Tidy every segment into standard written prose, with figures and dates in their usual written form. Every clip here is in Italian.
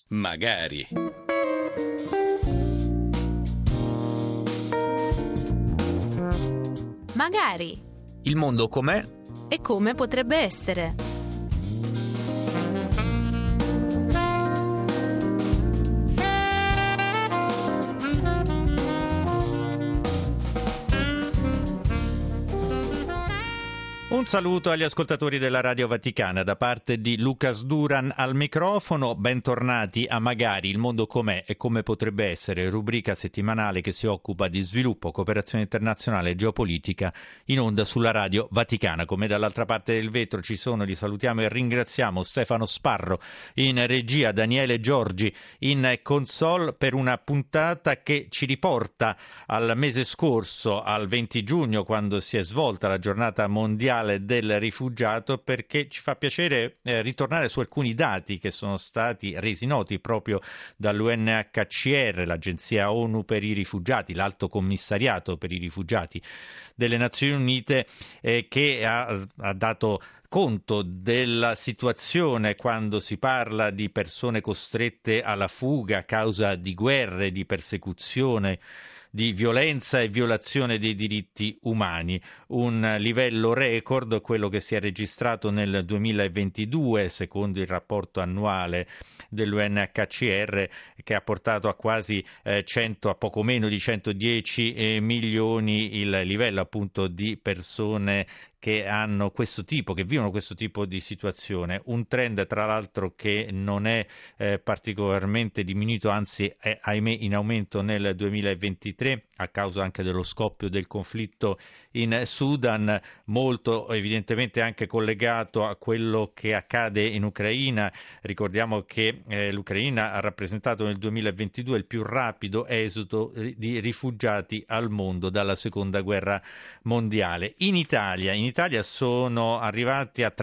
Magari. Magari. Il mondo com'è? E come potrebbe essere? Un saluto agli ascoltatori della Radio Vaticana da parte di Lucas Duran al microfono. Bentornati a Magari, il mondo com'è e come potrebbe essere, rubrica settimanale che si occupa di sviluppo, cooperazione internazionale e geopolitica in onda sulla Radio Vaticana. Come dall'altra parte del vetro ci sono, li salutiamo e ringraziamo Stefano Sparro in regia, Daniele Giorgi in console per una puntata che ci riporta al mese scorso, al 20 giugno, quando si è svolta la giornata mondiale del rifugiato, perché ci fa piacere ritornare su alcuni dati che sono stati resi noti proprio dall'UNHCR, l'agenzia ONU per i rifugiati, l'Alto Commissariato per i rifugiati delle Nazioni Unite, che ha dato conto della situazione quando si parla di persone costrette alla fuga a causa di guerre, di persecuzione, di violenza e violazione dei diritti umani. Un livello record, quello che si è registrato nel 2022, secondo il rapporto annuale dell'UNHCR, che ha portato a quasi a poco meno di 110 milioni il livello appunto di persone che hanno questo tipo, che vivono questo tipo di situazione. Un trend tra l'altro che non è particolarmente diminuito, anzi è ahimè in aumento nel 2023 a causa anche dello scoppio del conflitto in Sudan, molto evidentemente anche collegato a quello che accade in Ucraina. Ricordiamo che l'Ucraina ha rappresentato nel 2022 il più rapido esodo di rifugiati al mondo dalla seconda guerra mondiale. In Italia sono arrivati a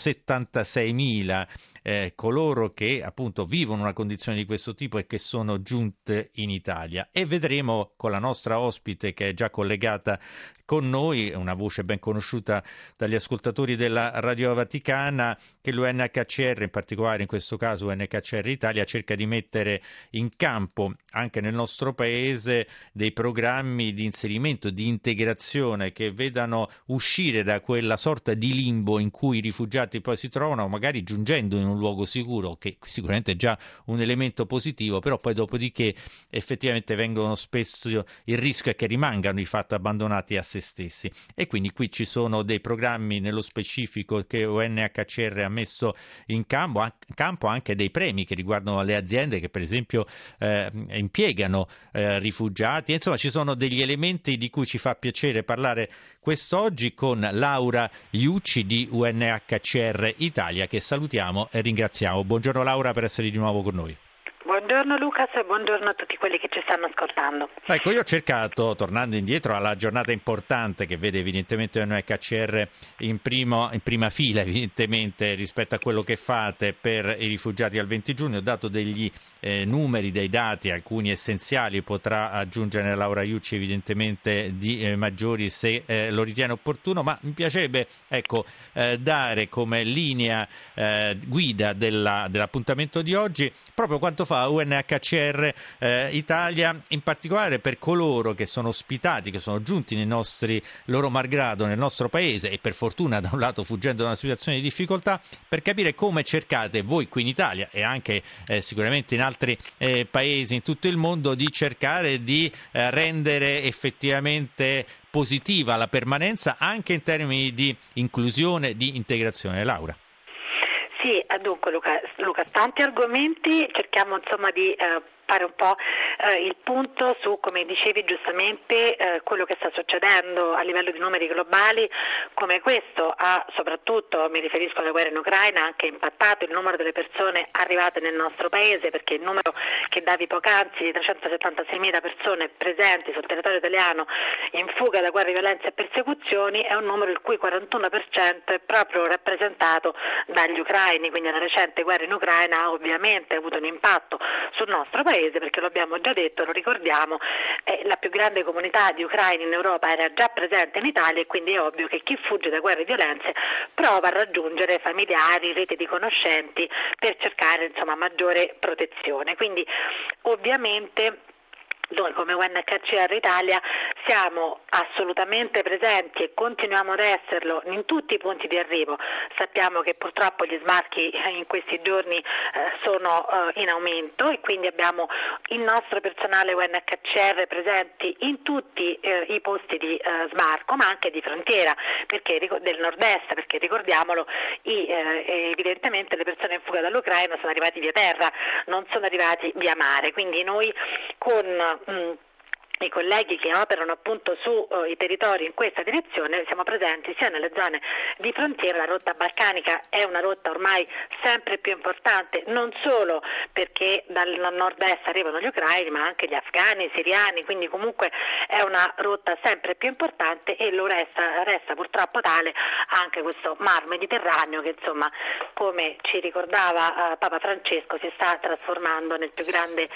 376.000 coloro che appunto vivono una condizione di questo tipo e che sono giunte in Italia, e vedremo con la nostra ospite che è già collegata con noi, una voce ben conosciuta dagli ascoltatori della Radio Vaticana, che l'UNHCR, in particolare in questo caso UNHCR Italia, cerca di mettere in campo anche nel nostro paese dei programmi di inserimento, di integrazione che vedano uscire da quella sorta di limbo in cui i rifugiati poi si trovano, magari giungendo in un luogo sicuro, che sicuramente è già un elemento positivo, però poi dopodiché effettivamente vengono spesso, il rischio è che rimangano di fatto abbandonati a se stessi. E quindi qui ci sono dei programmi nello specifico che UNHCR ha messo in campo, anche dei premi che riguardano le aziende che per esempio impiegano rifugiati. Insomma, ci sono degli elementi di cui ci fa piacere parlare quest'oggi con Laura Iucci di UNHCR Italia, che salutiamo e ringraziamo. Buongiorno Laura per essere di nuovo con noi. Buongiorno Lucas e buongiorno a tutti quelli che ci stanno ascoltando. Ecco, io ho cercato, tornando indietro alla giornata importante che vede evidentemente l'UNHCR in prima fila evidentemente rispetto a quello che fate per i rifugiati al 20 giugno, ho dato degli numeri, dei dati, alcuni essenziali, potrà aggiungere Laura Iucci evidentemente di maggiori se lo ritiene opportuno, ma mi piacerebbe dare come linea guida dell'appuntamento di oggi proprio quanto fa UNHCR Italia, in particolare per coloro che sono ospitati, che sono giunti loro malgrado nel nostro paese e per fortuna da un lato fuggendo da una situazione di difficoltà, per capire come cercate voi qui in Italia e anche sicuramente in altri paesi in tutto il mondo di cercare di rendere effettivamente positiva la permanenza anche in termini di inclusione, di integrazione. Laura. Sì, dunque Luca, tanti argomenti, cerchiamo insomma di fare un po' il punto su, come dicevi giustamente, quello che sta succedendo a livello di numeri globali, come questo ha soprattutto, mi riferisco alla guerra in Ucraina, anche impattato il numero delle persone arrivate nel nostro paese, perché il numero che davi poc'anzi di 376.000 persone presenti sul territorio italiano in fuga da guerre, violenze e persecuzioni è un numero il cui 41% è proprio rappresentato dagli ucraini, quindi la recente guerra in Ucraina ha ovviamente avuto un impatto sul nostro paese paese, perché lo abbiamo già detto, lo ricordiamo, la più grande comunità di ucraini in Europa era già presente in Italia, e quindi è ovvio che chi fugge da guerre e violenze prova a raggiungere familiari, reti di conoscenti per cercare maggiore protezione. Quindi ovviamente noi come UNHCR Italia siamo assolutamente presenti e continuiamo ad esserlo in tutti i punti di arrivo. Sappiamo che purtroppo gli sbarchi in questi giorni sono in aumento, e quindi abbiamo il nostro personale UNHCR presenti in tutti i posti di sbarco, ma anche di frontiera, del nord-est, perché ricordiamolo, evidentemente le persone in fuga dall'Ucraina sono arrivati via terra, non sono arrivati via mare, quindi noi con i colleghi che operano appunto sui territori in questa direzione siamo presenti sia nelle zone di frontiera. La rotta balcanica è una rotta ormai sempre più importante, non solo perché dal nord-est arrivano gli ucraini, ma anche gli afghani, i siriani, quindi comunque è una rotta sempre più importante, e lo resta purtroppo tale anche questo mar Mediterraneo che, come ci ricordava Papa Francesco, si sta trasformando nel più grande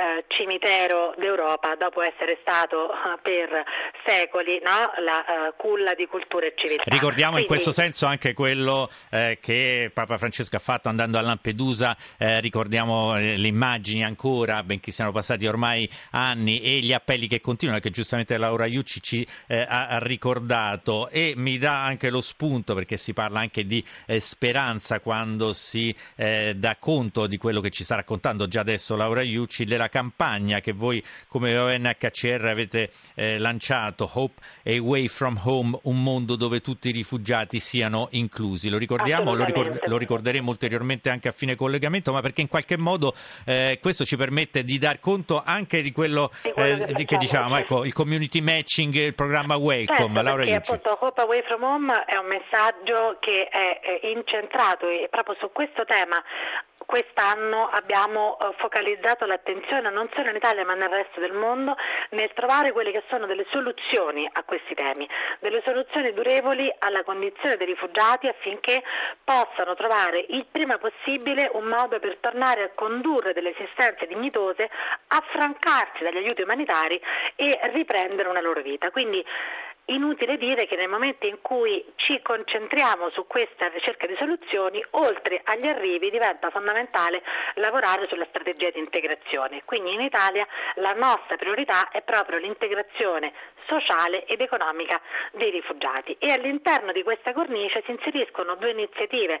cimitero d'Europa, dopo essere stato per secoli la culla di cultura e civiltà. Ricordiamo in questo senso anche quello che Papa Francesco ha fatto andando a Lampedusa, ricordiamo le immagini ancora, benché siano passati ormai anni, e gli appelli che continuano, che giustamente Laura Iucci ci ha ricordato, e mi dà anche lo spunto, perché si parla anche di speranza quando si dà conto di quello che ci sta raccontando già adesso Laura Iucci, della campagna che voi come UNHCR avete lanciato, Hope Away from Home, un mondo dove tutti i rifugiati siano inclusi. Lo ricordiamo, lo ricorderemo ulteriormente anche a fine collegamento, ma perché in qualche modo questo ci permette di dar conto anche di quello che diciamo, ecco, il community matching, il programma Welcome. Certo, Laura perché Iucci. appunto Hope Away from Home è un messaggio che è incentrato proprio su questo tema. Quest'anno abbiamo focalizzato l'attenzione non solo in Italia ma nel resto del mondo nel trovare quelle che sono delle soluzioni a questi temi, delle soluzioni durevoli alla condizione dei rifugiati, affinché possano trovare il prima possibile un modo per tornare a condurre delle esistenze dignitose, affrancarsi dagli aiuti umanitari e riprendere una loro vita. Quindi inutile dire che nel momento in cui ci concentriamo su questa ricerca di soluzioni, oltre agli arrivi diventa fondamentale lavorare sulla strategia di integrazione. Quindi in Italia la nostra priorità è proprio l'integrazione sociale ed economica dei rifugiati, e all'interno di questa cornice si inseriscono due iniziative,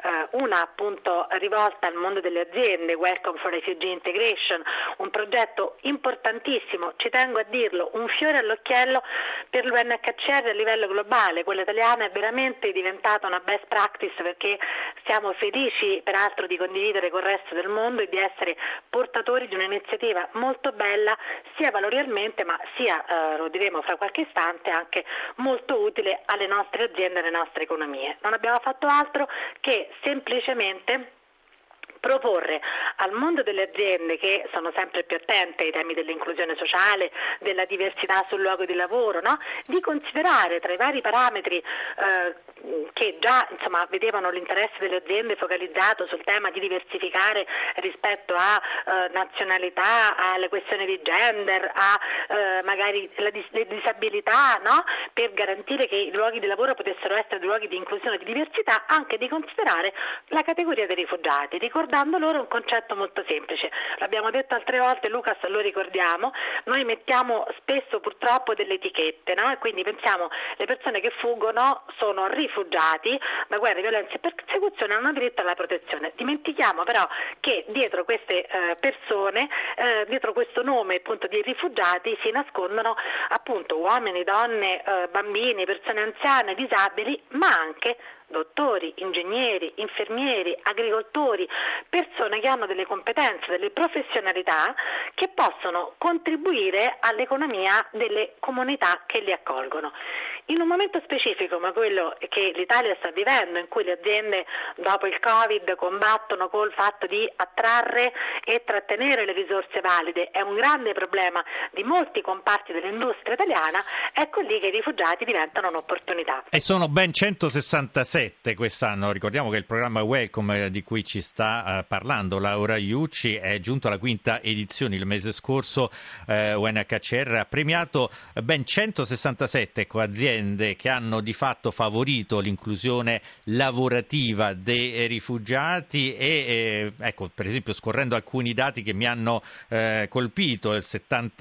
una appunto rivolta al mondo delle aziende, Welcome for Refugee Integration, un progetto importantissimo, ci tengo a dirlo, un fiore all'occhiello per l'UNHCR a livello globale. Quella italiana è veramente diventata una best practice, perché siamo felici peraltro di condividere col resto del mondo e di essere portatori di un'iniziativa molto bella, sia valorialmente ma sia, lo diremo fra qualche istante, anche molto utile alle nostre aziende e alle nostre economie. Non abbiamo fatto altro che semplicemente proporre al mondo delle aziende, che sono sempre più attente ai temi dell'inclusione sociale, della diversità sul luogo di lavoro, di considerare tra i vari parametri che già vedevano l'interesse delle aziende focalizzato sul tema di diversificare rispetto a nazionalità, alle questioni di gender, a magari le disabilità, per garantire che i luoghi di lavoro potessero essere luoghi di inclusione e di diversità, anche di considerare la categoria dei rifugiati, ricordando loro un concetto molto semplice. L'abbiamo detto altre volte, Lucas, lo ricordiamo, noi mettiamo spesso purtroppo delle etichette, e quindi pensiamo le persone che fuggono sono rifugiati da guerre, violenze e persecuzioni, hanno diritto alla protezione. Dimentichiamo però che dietro queste persone, dietro questo nome appunto di rifugiati, si nascondono appunto uomini, donne, bambini, persone anziane, disabili, ma anche dottori, ingegneri, infermieri, agricoltori, persone che hanno delle competenze, delle professionalità che possono contribuire all'economia delle comunità che li accolgono. in un momento specifico, ma quello che l'Italia sta vivendo, in cui le aziende dopo il Covid combattono col fatto di attrarre e trattenere le risorse valide, è un grande problema di molti comparti dell'industria italiana, ecco lì che i rifugiati diventano un'opportunità. E sono ben 167 quest'anno. Ricordiamo che il programma Welcome di cui ci sta parlando Laura Iucci è giunto alla quinta edizione. Il mese scorso UNHCR ha premiato ben 167 aziende che hanno di fatto favorito l'inclusione lavorativa dei rifugiati e ecco, per esempio, scorrendo alcuni dati che mi hanno colpito, il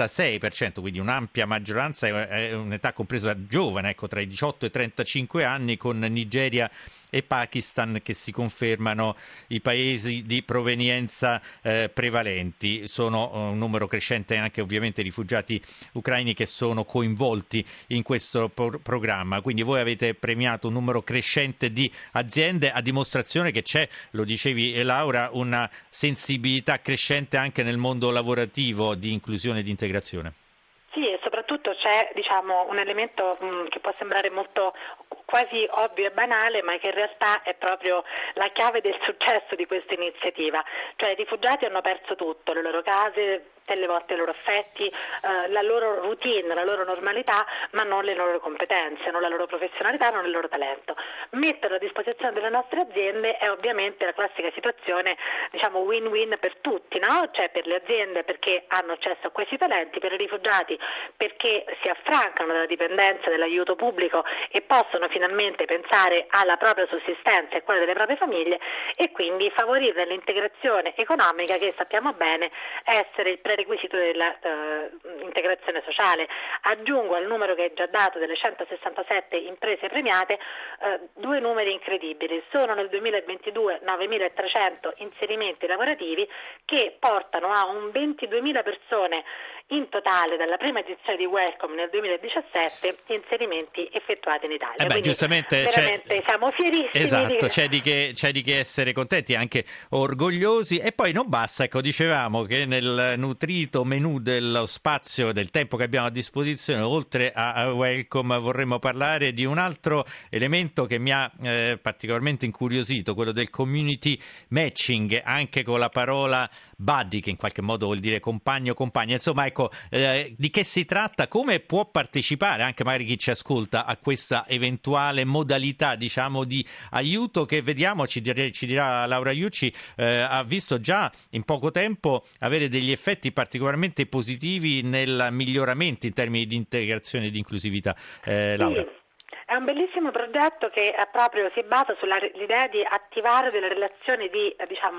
76%, quindi un'ampia maggioranza, è un'età compresa giovane, ecco, tra i 18 e i 35 anni, con Nigeria e Pakistan che si confermano i paesi di provenienza prevalenti. Sono un numero crescente anche ovviamente rifugiati ucraini che sono coinvolti in questo programma, quindi voi avete premiato un numero crescente di aziende, a dimostrazione che c'è, lo dicevi Laura, una sensibilità crescente anche nel mondo lavorativo di inclusione e di integrazione. Sì, e soprattutto c'è un elemento che può sembrare molto quasi ovvio e banale, ma che in realtà è proprio la chiave del successo di questa iniziativa. Cioè i rifugiati hanno perso tutto, le loro case, delle volte i loro affetti, la loro routine, la loro normalità, ma non le loro competenze, non la loro professionalità, non il loro talento. Metterlo a disposizione delle nostre aziende è ovviamente la classica situazione, win-win per tutti, no? Cioè per le aziende perché hanno accesso a questi talenti, per i rifugiati perché si affrancano dalla dipendenza dell'aiuto pubblico e possono finalmente pensare alla propria sussistenza e quella delle proprie famiglie, e quindi favorire l'integrazione economica, che sappiamo bene essere il prerequisito dell'integrazione sociale. Aggiungo al numero che è già dato delle 167 imprese premiate due numeri incredibili. Sono nel 2022 9.300 inserimenti lavorativi che portano a un 22.000 persone in totale dalla prima edizione di Welcome nel 2017 inserimenti effettuati in Italia. Quindi giustamente veramente siamo fierissimi. Esatto, c'è di che essere contenti, anche orgogliosi. E poi non basta, ecco, dicevamo che nel nutrito menù dello spazio, del tempo che abbiamo a disposizione, oltre a Welcome, vorremmo parlare di un altro elemento che mi ha particolarmente incuriosito, quello del community matching, anche con la parola buddy, che in qualche modo vuol dire compagno, compagna. Insomma, ecco, di che si tratta, come può partecipare anche magari chi ci ascolta a questa eventuale modalità, di aiuto che vediamo, ci dirà Laura Iucci, ha visto già in poco tempo avere degli effetti particolarmente positivi nel miglioramento in termini di integrazione e di inclusività. Laura. Sì. È un bellissimo progetto che proprio si basa sull'idea di attivare delle relazioni di,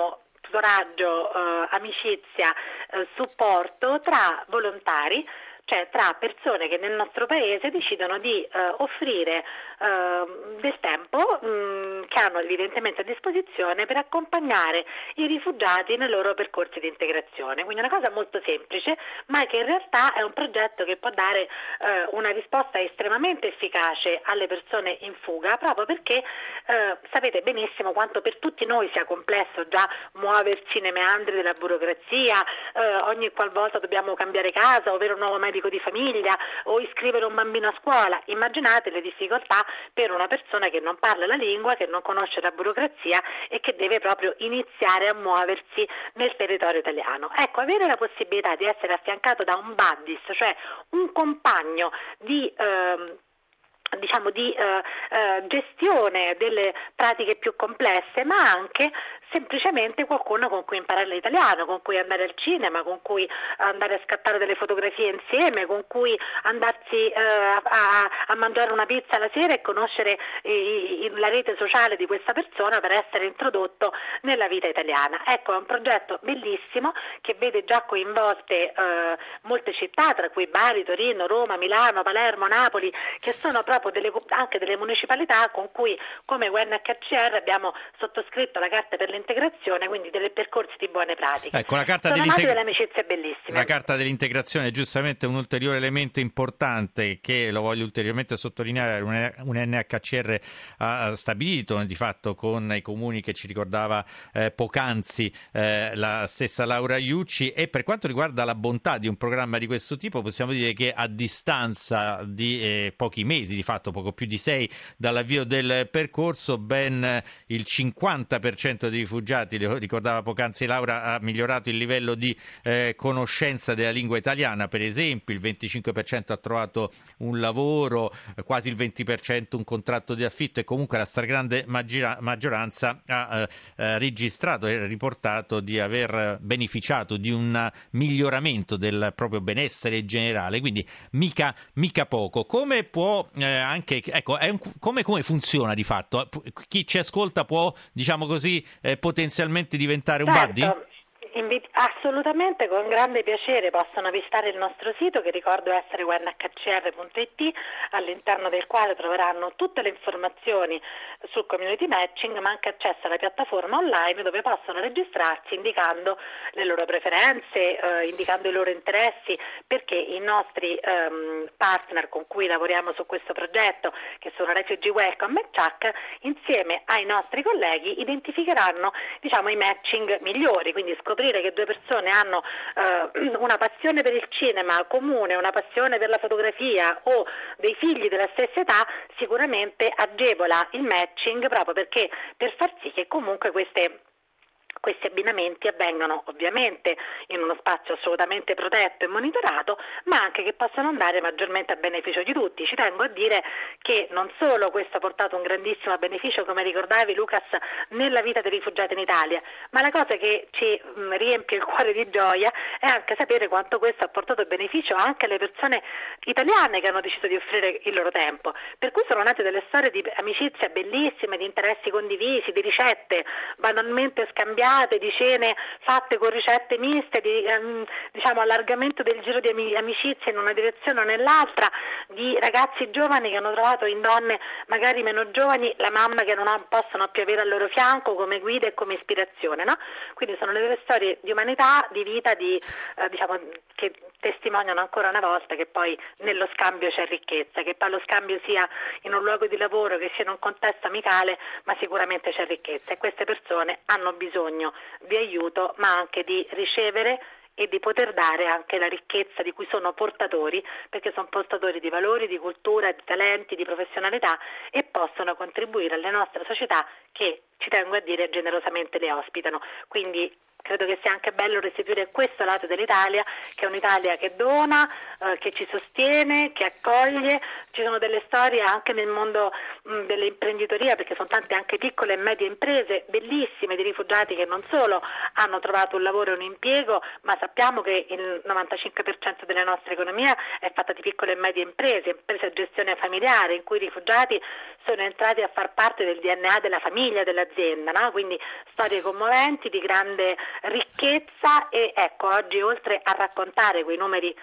tutoraggio, amicizia, supporto tra volontari, cioè tra persone che nel nostro paese decidono di offrire del tempo che hanno evidentemente a disposizione per accompagnare i rifugiati nei loro percorsi di integrazione. Quindi una cosa molto semplice, ma che in realtà è un progetto che può dare una risposta estremamente efficace alle persone in fuga, proprio perché sapete benissimo quanto per tutti noi sia complesso già muoverci nei meandri della burocrazia, ogni qualvolta dobbiamo cambiare casa o avere un nuovo medico di famiglia o iscrivere un bambino a scuola. Immaginate le difficoltà per una persona che non parla la lingua, che non conosce la burocrazia e che deve proprio iniziare a muoversi nel territorio italiano. Ecco, avere la possibilità di essere affiancato da un buddies, cioè un compagno di gestione delle pratiche più complesse, ma anche semplicemente qualcuno con cui imparare l'italiano, con cui andare al cinema, con cui andare a scattare delle fotografie insieme, con cui andarsi a mangiare una pizza la sera e conoscere la rete sociale di questa persona per essere introdotto nella vita italiana. Ecco, è un progetto bellissimo che vede già coinvolte molte città, tra cui Bari, Torino, Roma, Milano, Palermo, Napoli, che sono proprio anche delle municipalità con cui come UNHCR abbiamo sottoscritto la Carta per dell'integrazione, quindi dei percorsi di buone pratiche. Ecco, la carta sono nate delle amicizie bellissime. La carta dell'integrazione è giustamente un ulteriore elemento importante che, lo voglio ulteriormente sottolineare, un NHCR ha stabilito di fatto con i comuni che ci ricordava poc'anzi la stessa Laura Iucci. E per quanto riguarda la bontà di un programma di questo tipo, possiamo dire che a distanza di pochi mesi, di fatto poco più di 6 dall'avvio del percorso, ben il 50% dei rifugiati, lo ricordava poc'anzi Laura, ha migliorato il livello di conoscenza della lingua italiana, per esempio il 25% ha trovato un lavoro, quasi il 20% un contratto di affitto, e comunque la stragrande maggioranza ha registrato e riportato di aver beneficiato di un miglioramento del proprio benessere generale, quindi mica poco. Come può come funziona di fatto? Chi ci ascolta può, diciamo così, potenzialmente diventare un buddy? Assolutamente, con grande piacere possono visitare il nostro sito, che ricordo essere unhcr.it, all'interno del quale troveranno tutte le informazioni sul community matching, ma anche accesso alla piattaforma online dove possono registrarsi indicando le loro preferenze, indicando i loro interessi, perché i nostri partner con cui lavoriamo su questo progetto, che sono Refugee Welcome e CHAC, insieme ai nostri colleghi identificheranno, i matching migliori, quindi scoprire che due persone hanno una passione per il cinema comune, una passione per la fotografia o dei figli della stessa età, sicuramente agevola il matching, proprio perché per far sì che comunque questi abbinamenti avvengano ovviamente in uno spazio assolutamente protetto e monitorato, ma anche che possano andare maggiormente a beneficio di tutti. Ci tengo a dire che non solo questo ha portato un grandissimo beneficio, come ricordavi Lucas, nella vita dei rifugiati in Italia, ma la cosa che ci riempie il cuore di gioia è anche sapere quanto questo ha portato beneficio anche alle persone italiane che hanno deciso di offrire il loro tempo, per cui sono nate delle storie di amicizia bellissime, di interessi condivisi, di ricette banalmente scambiate, di cene fatte con ricette miste, di allargamento del giro di amicizie in una direzione o nell'altra, di ragazzi giovani che hanno trovato in donne magari meno giovani la mamma che non possono più avere al loro fianco come guida e come ispirazione, no? Quindi sono delle storie di umanità, di vita, che testimoniano ancora una volta che poi nello scambio c'è ricchezza, che poi lo scambio sia in un luogo di lavoro, che sia in un contesto amicale, ma sicuramente c'è ricchezza, e queste persone hanno bisogno di aiuto, ma anche di ricevere e di poter dare anche la ricchezza di cui sono portatori, perché sono portatori di valori, di cultura, di talenti, di professionalità, e possono contribuire alle nostre società che, ci tengo a dire, generosamente le ospitano. Quindi credo che sia anche bello restituire questo lato dell'Italia, che è un'Italia che dona, che ci sostiene, che accoglie. Ci sono delle storie anche nel mondo dell'imprenditoria, perché sono tante anche piccole e medie imprese bellissime di rifugiati che non solo hanno trovato un lavoro e un impiego, ma sappiamo che il 95% della nostra economia è fatta di piccole e medie imprese a gestione familiare, in cui i rifugiati sono entrati a far parte del DNA della famiglia, dell'azienda, no? Quindi storie commoventi, di grande ricchezza. E ecco, oggi, oltre a raccontare quei numeri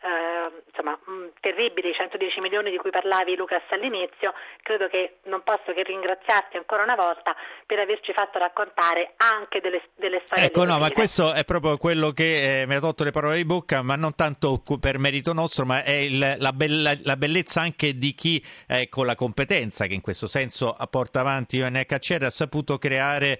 terribili, 110 milioni di cui parlavi Lucas all'inizio, credo che non posso che ringraziarti ancora una volta per averci fatto raccontare anche delle storie. Ecco, no, ma questo è proprio quello che mi ha tolto le parole di bocca, ma non tanto per merito nostro, ma è la bellezza anche di chi, con la competenza che in questo senso porta avanti UNHCR, ha saputo creare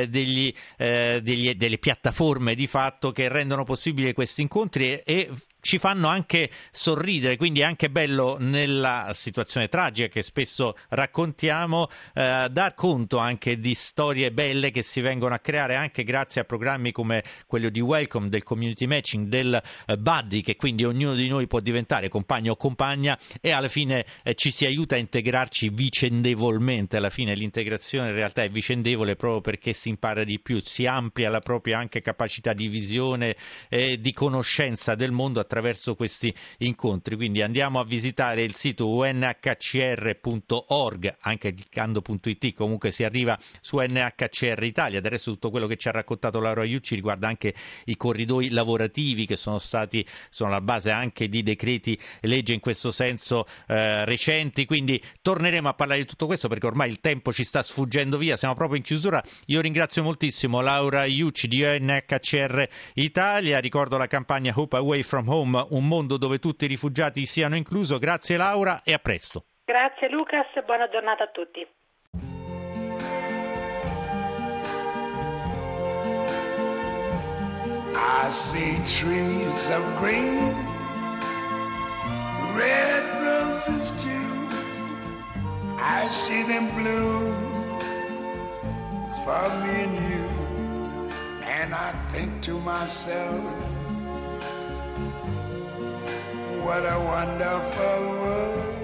delle piattaforme di fatto che rendono possibili questi incontri e ci fanno anche sorridere, quindi è anche bello nella situazione tragica che spesso raccontiamo dar conto anche di storie belle che si vengono a creare anche grazie a programmi come quello di Welcome, del community matching, del buddy, che quindi ognuno di noi può diventare compagno o compagna e alla fine ci si aiuta a integrarci vicendevolmente. Alla fine l'integrazione in realtà è vicendevole proprio perché si impara di più, si amplia la propria anche capacità di visione e di conoscenza del mondo attraverso questi incontri. Quindi andiamo a visitare il sito unhcr.org, anche cliccando.it comunque si arriva su NHCR Italia. Del resto tutto quello che ci ha raccontato Laura Iucci riguarda anche i corridoi lavorativi che sono alla base anche di decreti legge in questo senso recenti, quindi torneremo a parlare di tutto questo perché ormai il tempo ci sta sfuggendo via, siamo proprio in chiusura. Io ringrazio moltissimo Laura Iucci di UNHCR Italia, ricordo la campagna Hope Away from Home, un mondo dove tutti i rifugiati siano inclusi. Grazie Laura e a presto. Grazie Lucas, buona giornata a tutti. I see trees of green, red roses too. I see them bloom for me and you. And I think to myself, what a wonderful world.